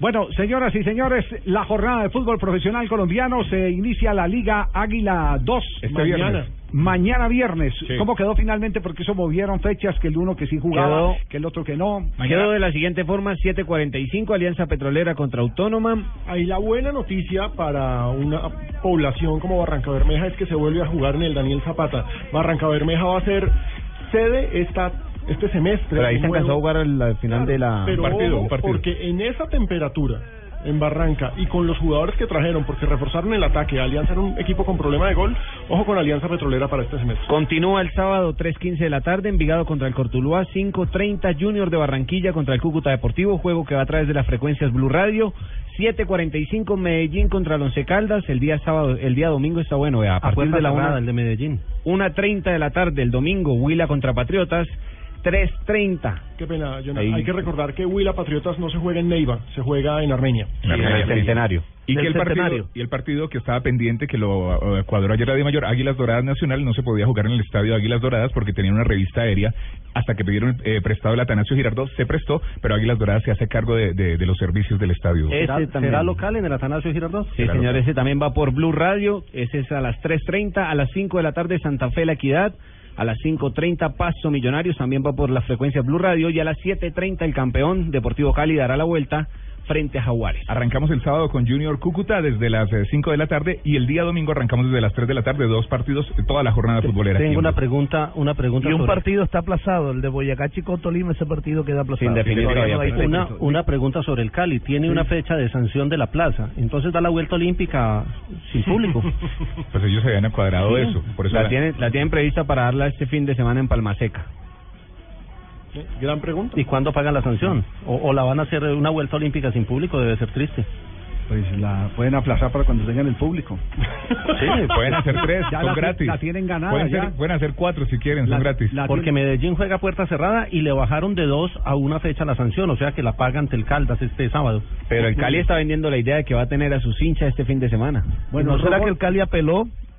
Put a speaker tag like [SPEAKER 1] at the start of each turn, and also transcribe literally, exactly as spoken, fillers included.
[SPEAKER 1] Bueno, señoras y señores, la jornada de fútbol profesional colombiano se inicia la Liga Águila dos.
[SPEAKER 2] Este
[SPEAKER 1] mañana.
[SPEAKER 2] viernes.
[SPEAKER 1] Mañana viernes.
[SPEAKER 2] Sí.
[SPEAKER 1] ¿Cómo quedó finalmente? Porque eso movieron fechas, que el uno que sí jugaba,
[SPEAKER 3] Quedó,
[SPEAKER 1] que el otro que no.
[SPEAKER 3] Mañana. Quedó de la siguiente forma: siete cuarenta y cinco, Alianza Petrolera contra Autónoma.
[SPEAKER 2] Ahí la buena noticia para una población como Barranca Bermeja es que se vuelve a jugar en el Daniel Zapata. Barranca Bermeja va a ser sede esta este semestre.
[SPEAKER 3] Pero ahí se alcanzó a jugar al final de la...
[SPEAKER 2] Pero
[SPEAKER 3] un partido,
[SPEAKER 2] ojo,
[SPEAKER 3] un partido.
[SPEAKER 2] porque en esa temperatura, en Barranca, y con los jugadores que trajeron, porque reforzaron el ataque, Alianza era un equipo con problema de gol, ojo con Alianza Petrolera para este semestre.
[SPEAKER 3] Continúa el sábado, tres quince de la tarde, Envigado contra el Cortuluá, cinco treinta, Junior de Barranquilla contra el Cúcuta Deportivo, juego que va a través de las frecuencias Blue Radio. Siete cuarenta y cinco, Medellín contra el Once Caldas, el día sábado, el día domingo está bueno, vea, a partir de la una,
[SPEAKER 4] el de Medellín.
[SPEAKER 3] una treinta de la tarde, el domingo, Huila contra Patriotas, tres treinta.
[SPEAKER 2] Qué pena, Jonathan.
[SPEAKER 3] Ahí.
[SPEAKER 2] Hay que recordar que Huila Patriotas no se juega en Neiva, se juega en Armenia.
[SPEAKER 3] Sí, en el Centenario.
[SPEAKER 5] Y que el
[SPEAKER 4] Centenario.
[SPEAKER 5] partido y el partido que estaba pendiente, que lo uh, cuadró ayer la de Mayor, Águilas Doradas Nacional, no se podía jugar en el estadio Águilas Doradas porque tenían una revista aérea. Hasta que pidieron eh, prestado el Atanasio Girardot, se prestó, pero Águilas Doradas se hace cargo de, de, de los servicios del estadio.
[SPEAKER 4] ¿Será,
[SPEAKER 3] Ese también.
[SPEAKER 4] ¿Será local en el Atanasio Girardot?
[SPEAKER 3] Sí,
[SPEAKER 5] Será
[SPEAKER 3] señor,
[SPEAKER 5] local.
[SPEAKER 3] ese también va por Blue Radio, ese es a las tres treinta, a las cinco de la tarde Santa Fe La Equidad, a las cinco treinta Pasto Millonarios, también va por la frecuencia Blue Radio, y a las siete treinta el campeón Deportivo Cali dará la vuelta frente a Jaguares.
[SPEAKER 5] Arrancamos el sábado con Junior Cúcuta desde las eh, cinco de la tarde y el día domingo arrancamos desde las tres de la tarde, dos partidos, toda la jornada futbolera.
[SPEAKER 4] Tengo
[SPEAKER 5] aquí.
[SPEAKER 4] una pregunta, una pregunta.
[SPEAKER 6] Y un
[SPEAKER 4] sobre-
[SPEAKER 6] partido está aplazado, el de Boyacá Chico Tolima, ese partido queda aplazado.
[SPEAKER 3] Sin definir
[SPEAKER 6] Todavía
[SPEAKER 3] todavía,
[SPEAKER 6] no hay
[SPEAKER 3] pero-
[SPEAKER 4] Una,
[SPEAKER 6] fecha.
[SPEAKER 4] una pregunta sobre el Cali. Tiene una fecha de sanción de la plaza, entonces da la vuelta olímpica sin público.
[SPEAKER 5] Pues ellos se habían cuadrado
[SPEAKER 4] Sí.
[SPEAKER 5] eso, por eso
[SPEAKER 3] La
[SPEAKER 5] la-
[SPEAKER 3] tienen, la tienen prevista para darla este fin de semana en Palmaseca.
[SPEAKER 2] ¿Sí? Gran pregunta.
[SPEAKER 4] ¿Y cuándo pagan la sanción? O, ¿O la van a hacer una vuelta olímpica sin público? Debe ser triste.
[SPEAKER 1] Pues la pueden aplazar para cuando tengan el público.
[SPEAKER 5] Sí, pueden hacer tres,
[SPEAKER 1] Ya
[SPEAKER 5] son
[SPEAKER 1] la-
[SPEAKER 5] gratis.
[SPEAKER 1] la tienen ganada
[SPEAKER 5] Pueden,
[SPEAKER 1] ya.
[SPEAKER 5] ser- pueden hacer cuatro si quieren,
[SPEAKER 1] La-
[SPEAKER 5] son gratis.
[SPEAKER 1] la-
[SPEAKER 4] Porque
[SPEAKER 1] tiene-
[SPEAKER 4] Medellín juega a puerta cerrada y le bajaron de dos a una fecha la sanción, o sea que la paga ante el Caldas este sábado.
[SPEAKER 3] Pero el Cali está vendiendo la idea de que va a tener a sus hinchas este fin de semana.
[SPEAKER 6] Bueno, ¿no será que el Cali apeló